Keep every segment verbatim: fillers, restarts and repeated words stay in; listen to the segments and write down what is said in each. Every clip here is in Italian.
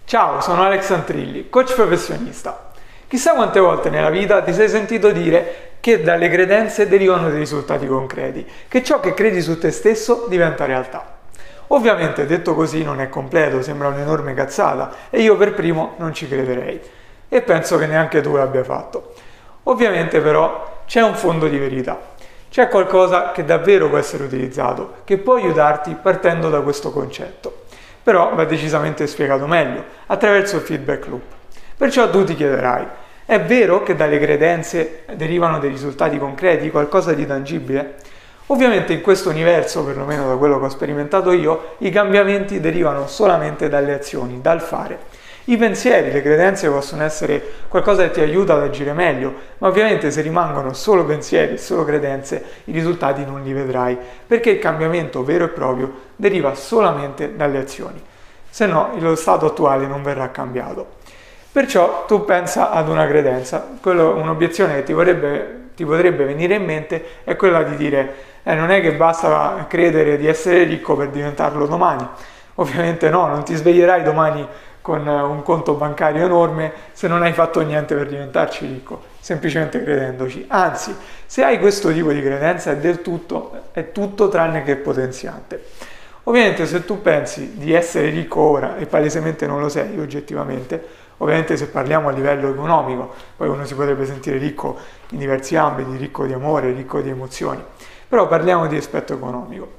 Ciao, sono Alex Antrilli, coach professionista. Chissà quante volte nella vita ti sei sentito dire che dalle credenze derivano dei risultati concreti, che ciò che credi su te stesso diventa realtà. Ovviamente detto così non è completo, sembra un'enorme cazzata e io per primo non ci crederei e penso che neanche tu l'abbia fatto. Ovviamente però c'è un fondo di verità, c'è qualcosa che davvero può essere utilizzato, che può aiutarti partendo da questo concetto. Però va decisamente spiegato meglio, attraverso il feedback loop. Perciò tu ti chiederai, è vero che dalle credenze derivano dei risultati concreti, qualcosa di tangibile? Ovviamente in questo universo, perlomeno da quello che ho sperimentato io, i cambiamenti derivano solamente dalle azioni, dal fare. I pensieri, le credenze possono essere qualcosa che ti aiuta ad agire meglio, ma ovviamente se rimangono solo pensieri, solo credenze, i risultati non li vedrai, perché il cambiamento vero e proprio deriva solamente dalle azioni, se no lo stato attuale non verrà cambiato. Perciò tu pensa ad una credenza, quello, un'obiezione che ti, vorrebbe, ti potrebbe venire in mente è quella di dire eh, non è che basta credere di essere ricco per diventarlo domani. Ovviamente no, non ti sveglierai domani con un conto bancario enorme se non hai fatto niente per diventarci ricco, semplicemente credendoci. Anzi, se hai questo tipo di credenza è del tutto, è tutto tranne che potenziante. Ovviamente se tu pensi di essere ricco ora e palesemente non lo sei oggettivamente, ovviamente se parliamo a livello economico, poi uno si potrebbe sentire ricco in diversi ambiti, ricco di amore, ricco di emozioni, però parliamo di aspetto economico.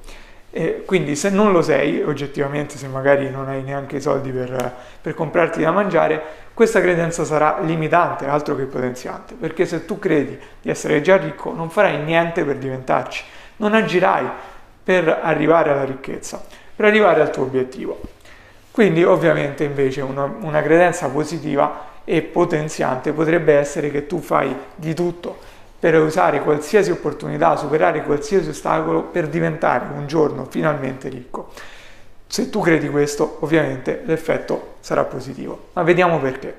E quindi se non lo sei oggettivamente, se magari non hai neanche i soldi per, per comprarti da mangiare, questa credenza sarà limitante, altro che potenziante, perché se tu credi di essere già ricco non farai niente per diventarci, non agirai per arrivare alla ricchezza, per arrivare al tuo obiettivo. Quindi ovviamente invece una, una credenza positiva e potenziante potrebbe essere che tu fai di tutto per usare qualsiasi opportunità, superare qualsiasi ostacolo per diventare un giorno finalmente ricco. Se tu credi questo, ovviamente l'effetto sarà positivo. Ma vediamo perché.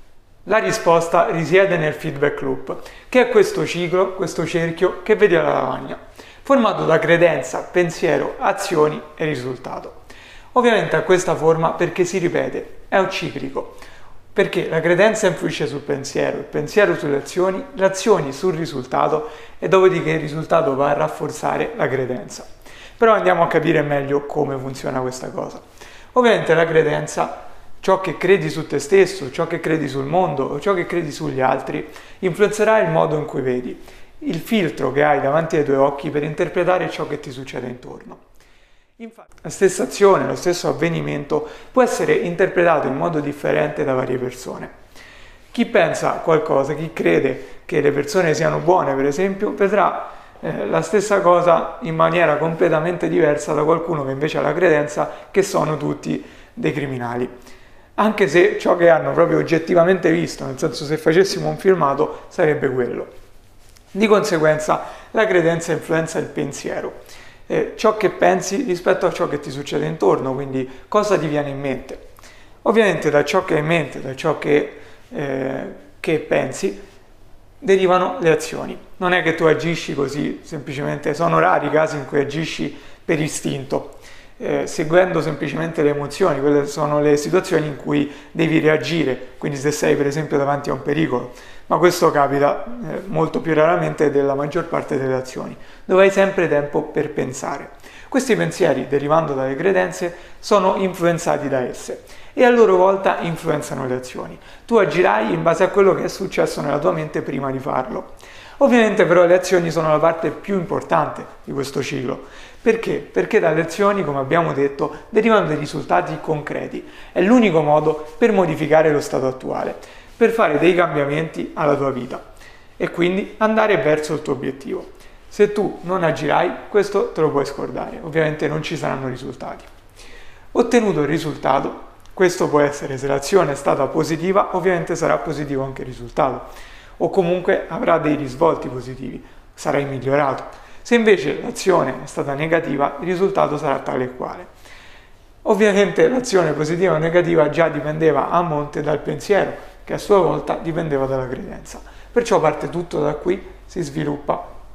La risposta risiede nel feedback loop, che è questo ciclo, questo cerchio che vedi alla lavagna, formato da credenza, pensiero, azioni e risultato. Ovviamente ha questa forma perché si ripete, è un ciclico. Perché la credenza influisce sul pensiero, il pensiero sulle azioni, le azioni sul risultato e dopodiché il risultato va a rafforzare la credenza. Però andiamo a capire meglio come funziona questa cosa. Ovviamente la credenza, ciò che credi su te stesso, ciò che credi sul mondo o ciò che credi sugli altri, influenzerà il modo in cui vedi, il filtro che hai davanti ai tuoi occhi per interpretare ciò che ti succede intorno. Infatti, la stessa azione, lo stesso avvenimento può essere interpretato in modo differente da varie persone. Chi pensa qualcosa, chi crede che le persone siano buone, per esempio, vedrà eh, la stessa cosa in maniera completamente diversa da qualcuno che invece ha la credenza che sono tutti dei criminali. Anche se ciò che hanno proprio oggettivamente visto, nel senso se facessimo un filmato, sarebbe quello. Di conseguenza la credenza influenza il pensiero. Eh, ciò che pensi rispetto a ciò che ti succede intorno, quindi cosa ti viene in mente. Ovviamente da ciò che hai in mente, da ciò che, eh, che pensi, derivano le azioni. Non è che tu agisci così, semplicemente sono rari i casi in cui agisci per istinto, eh, seguendo semplicemente le emozioni, quelle sono le situazioni in cui devi reagire, quindi se sei per esempio davanti a un pericolo. Ma questo capita eh, molto più raramente della maggior parte delle azioni, dove hai sempre tempo per pensare. Questi pensieri, derivando dalle credenze, sono influenzati da esse e a loro volta influenzano le azioni. Tu agirai in base a quello che è successo nella tua mente prima di farlo. Ovviamente però le azioni sono la parte più importante di questo ciclo. Perché? Perché dalle azioni, come abbiamo detto, derivano dei risultati concreti. È l'unico modo per modificare lo stato attuale, per fare dei cambiamenti alla tua vita e quindi andare verso il tuo obiettivo. Se tu non agirai, questo te lo puoi scordare, ovviamente non ci saranno risultati. Ottenuto il risultato, questo può essere, se l'azione è stata positiva, ovviamente sarà positivo anche il risultato, o comunque avrà dei risvolti positivi, sarai migliorato. Se invece l'azione è stata negativa, il risultato sarà tale e quale. Ovviamente l'azione positiva o negativa già dipendeva a monte dal pensiero, che a sua volta dipendeva dalla credenza. Perciò parte tutto da qui, si sviluppa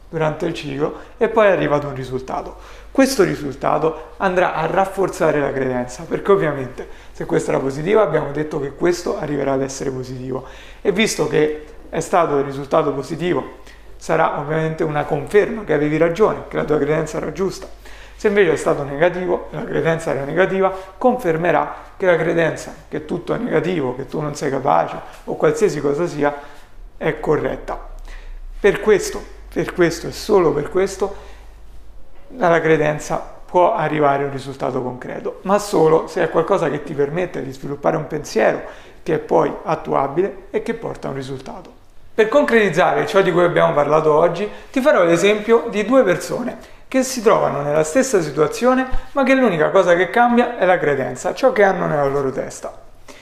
durante il ciclo e poi arriva ad un risultato. Questo risultato andrà a rafforzare la credenza, perché ovviamente se questa era positiva abbiamo detto che questo arriverà ad essere positivo, e visto che è stato il risultato positivo sarà ovviamente una conferma che avevi ragione, che la tua credenza era giusta. Se invece è stato negativo e la credenza era negativa, confermerà che la credenza che tutto è negativo, che tu non sei capace o qualsiasi cosa sia, è corretta. Per questo, per questo e solo per questo, dalla credenza può arrivare a un risultato concreto, ma solo se è qualcosa che ti permette di sviluppare un pensiero che è poi attuabile e che porta a un risultato. Per concretizzare ciò di cui abbiamo parlato oggi, ti farò l'esempio di due persone che si trovano nella stessa situazione, ma che l'unica cosa che cambia è la credenza, ciò che hanno nella loro testa.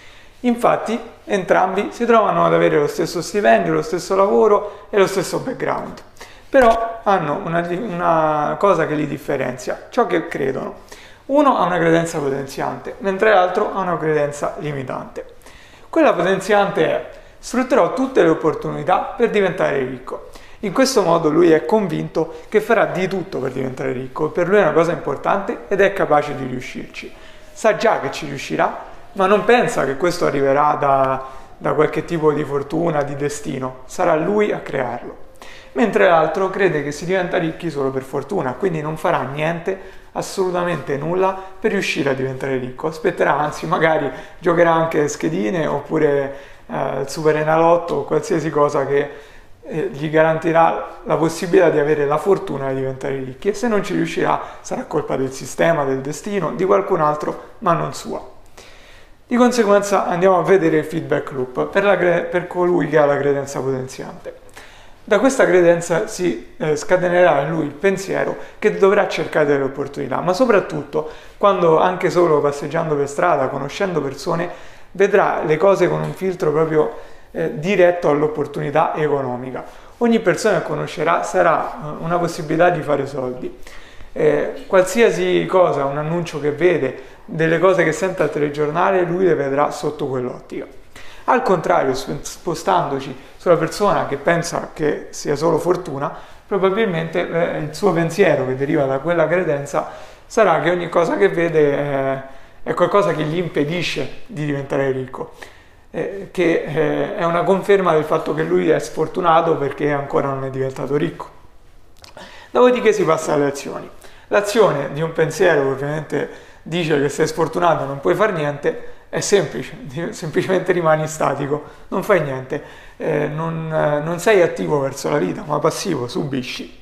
Infatti, entrambi si trovano ad avere lo stesso stipendio, lo stesso lavoro e lo stesso background, però hanno una, una cosa che li differenzia, ciò che credono. Uno ha una credenza potenziante, mentre l'altro ha una credenza limitante. Quella potenziante è: sfrutterò tutte le opportunità per diventare ricco. In questo modo lui è convinto che farà di tutto per diventare ricco, per lui è una cosa importante ed è capace di riuscirci. Sa già che ci riuscirà, ma non pensa che questo arriverà da, da qualche tipo di fortuna, di destino, sarà lui a crearlo. Mentre l'altro crede che si diventa ricchi solo per fortuna, quindi non farà niente, assolutamente nulla, per riuscire a diventare ricco. Aspetterà, anzi magari giocherà anche schedine oppure eh, il Superenalotto o qualsiasi cosa che eh, gli garantirà la possibilità di avere la fortuna di diventare ricchi, e se non ci riuscirà sarà colpa del sistema, del destino, di qualcun altro, ma non sua. Di conseguenza andiamo a vedere il feedback loop per, la per colui che ha la credenza potenziante. Da questa credenza si eh, scatenerà in lui il pensiero che dovrà cercare delle opportunità, ma soprattutto quando, anche solo passeggiando per strada, conoscendo persone, vedrà le cose con un filtro proprio eh, diretto all'opportunità economica. Ogni persona che conoscerà sarà eh, una possibilità di fare soldi. Eh, qualsiasi cosa, un annuncio che vede, delle cose che sente al telegiornale, lui le vedrà sotto quell'ottica. Al contrario, spostandoci sulla persona che pensa che sia solo fortuna, probabilmente eh, il suo pensiero che deriva da quella credenza sarà che ogni cosa che vede eh, è qualcosa che gli impedisce di diventare ricco, eh, che eh, è una conferma del fatto che lui è sfortunato perché ancora non è diventato ricco. Dopodiché si passa alle azioni. L'azione di un pensiero che ovviamente dice che sei sfortunato e non puoi fare niente è semplice, semplicemente rimani statico, non fai niente, eh, non, eh, non sei attivo verso la vita, ma passivo, subisci.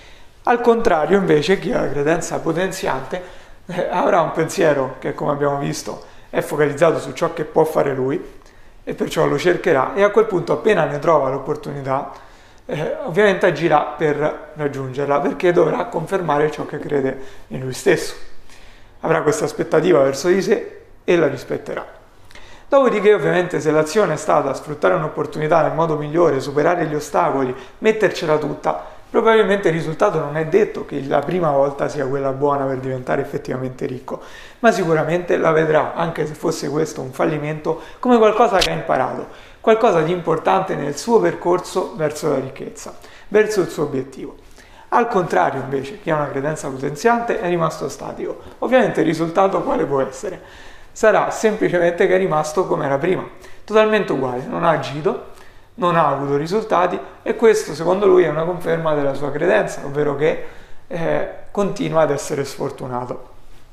Al contrario, invece, chi ha la credenza potenziante eh, avrà un pensiero che, come abbiamo visto, è focalizzato su ciò che può fare lui e perciò lo cercherà, e a quel punto, appena ne trova l'opportunità, eh, ovviamente agirà per raggiungerla, perché dovrà confermare ciò che crede in lui stesso. Avrà questa aspettativa verso di sé e la rispetterà. Dopodiché, ovviamente, se l'azione è stata sfruttare un'opportunità nel modo migliore, superare gli ostacoli, mettercela tutta, probabilmente il risultato non è detto che la prima volta sia quella buona per diventare effettivamente ricco, ma sicuramente la vedrà, anche se fosse questo un fallimento, come qualcosa che ha imparato, qualcosa di importante nel suo percorso verso la ricchezza, verso il suo obiettivo. Al contrario, invece, chi ha una credenza potenziante è rimasto statico. Ovviamente il risultato quale può essere? Sarà semplicemente che è rimasto come era prima, totalmente uguale, non ha agito, non ha avuto risultati, e questo secondo lui è una conferma della sua credenza, ovvero che eh, continua ad essere sfortunato.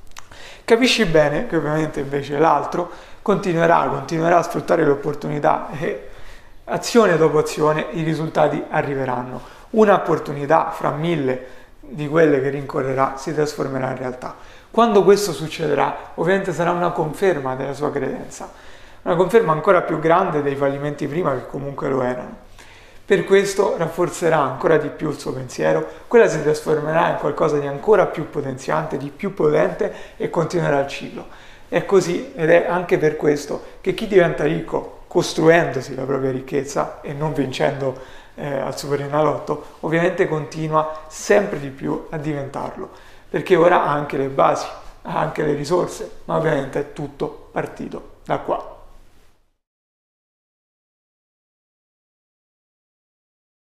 Capisci bene che ovviamente invece l'altro continuerà, continuerà a sfruttare le opportunità e azione dopo azione i risultati arriveranno. Una opportunità fra mille di quelle che rincorrerà si trasformerà in realtà. Quando questo succederà, ovviamente sarà una conferma della sua credenza, una conferma ancora più grande dei fallimenti prima, che comunque lo erano. Per questo rafforzerà ancora di più il suo pensiero, quella si trasformerà in qualcosa di ancora più potenziante, di più potente, e continuerà il ciclo. È così, ed è anche per questo che chi diventa ricco costruendosi la propria ricchezza e non vincendo eh, al Superenalotto, ovviamente continua sempre di più a diventarlo, perché ora ha anche le basi, ha anche le risorse, ma ovviamente è tutto partito da qua.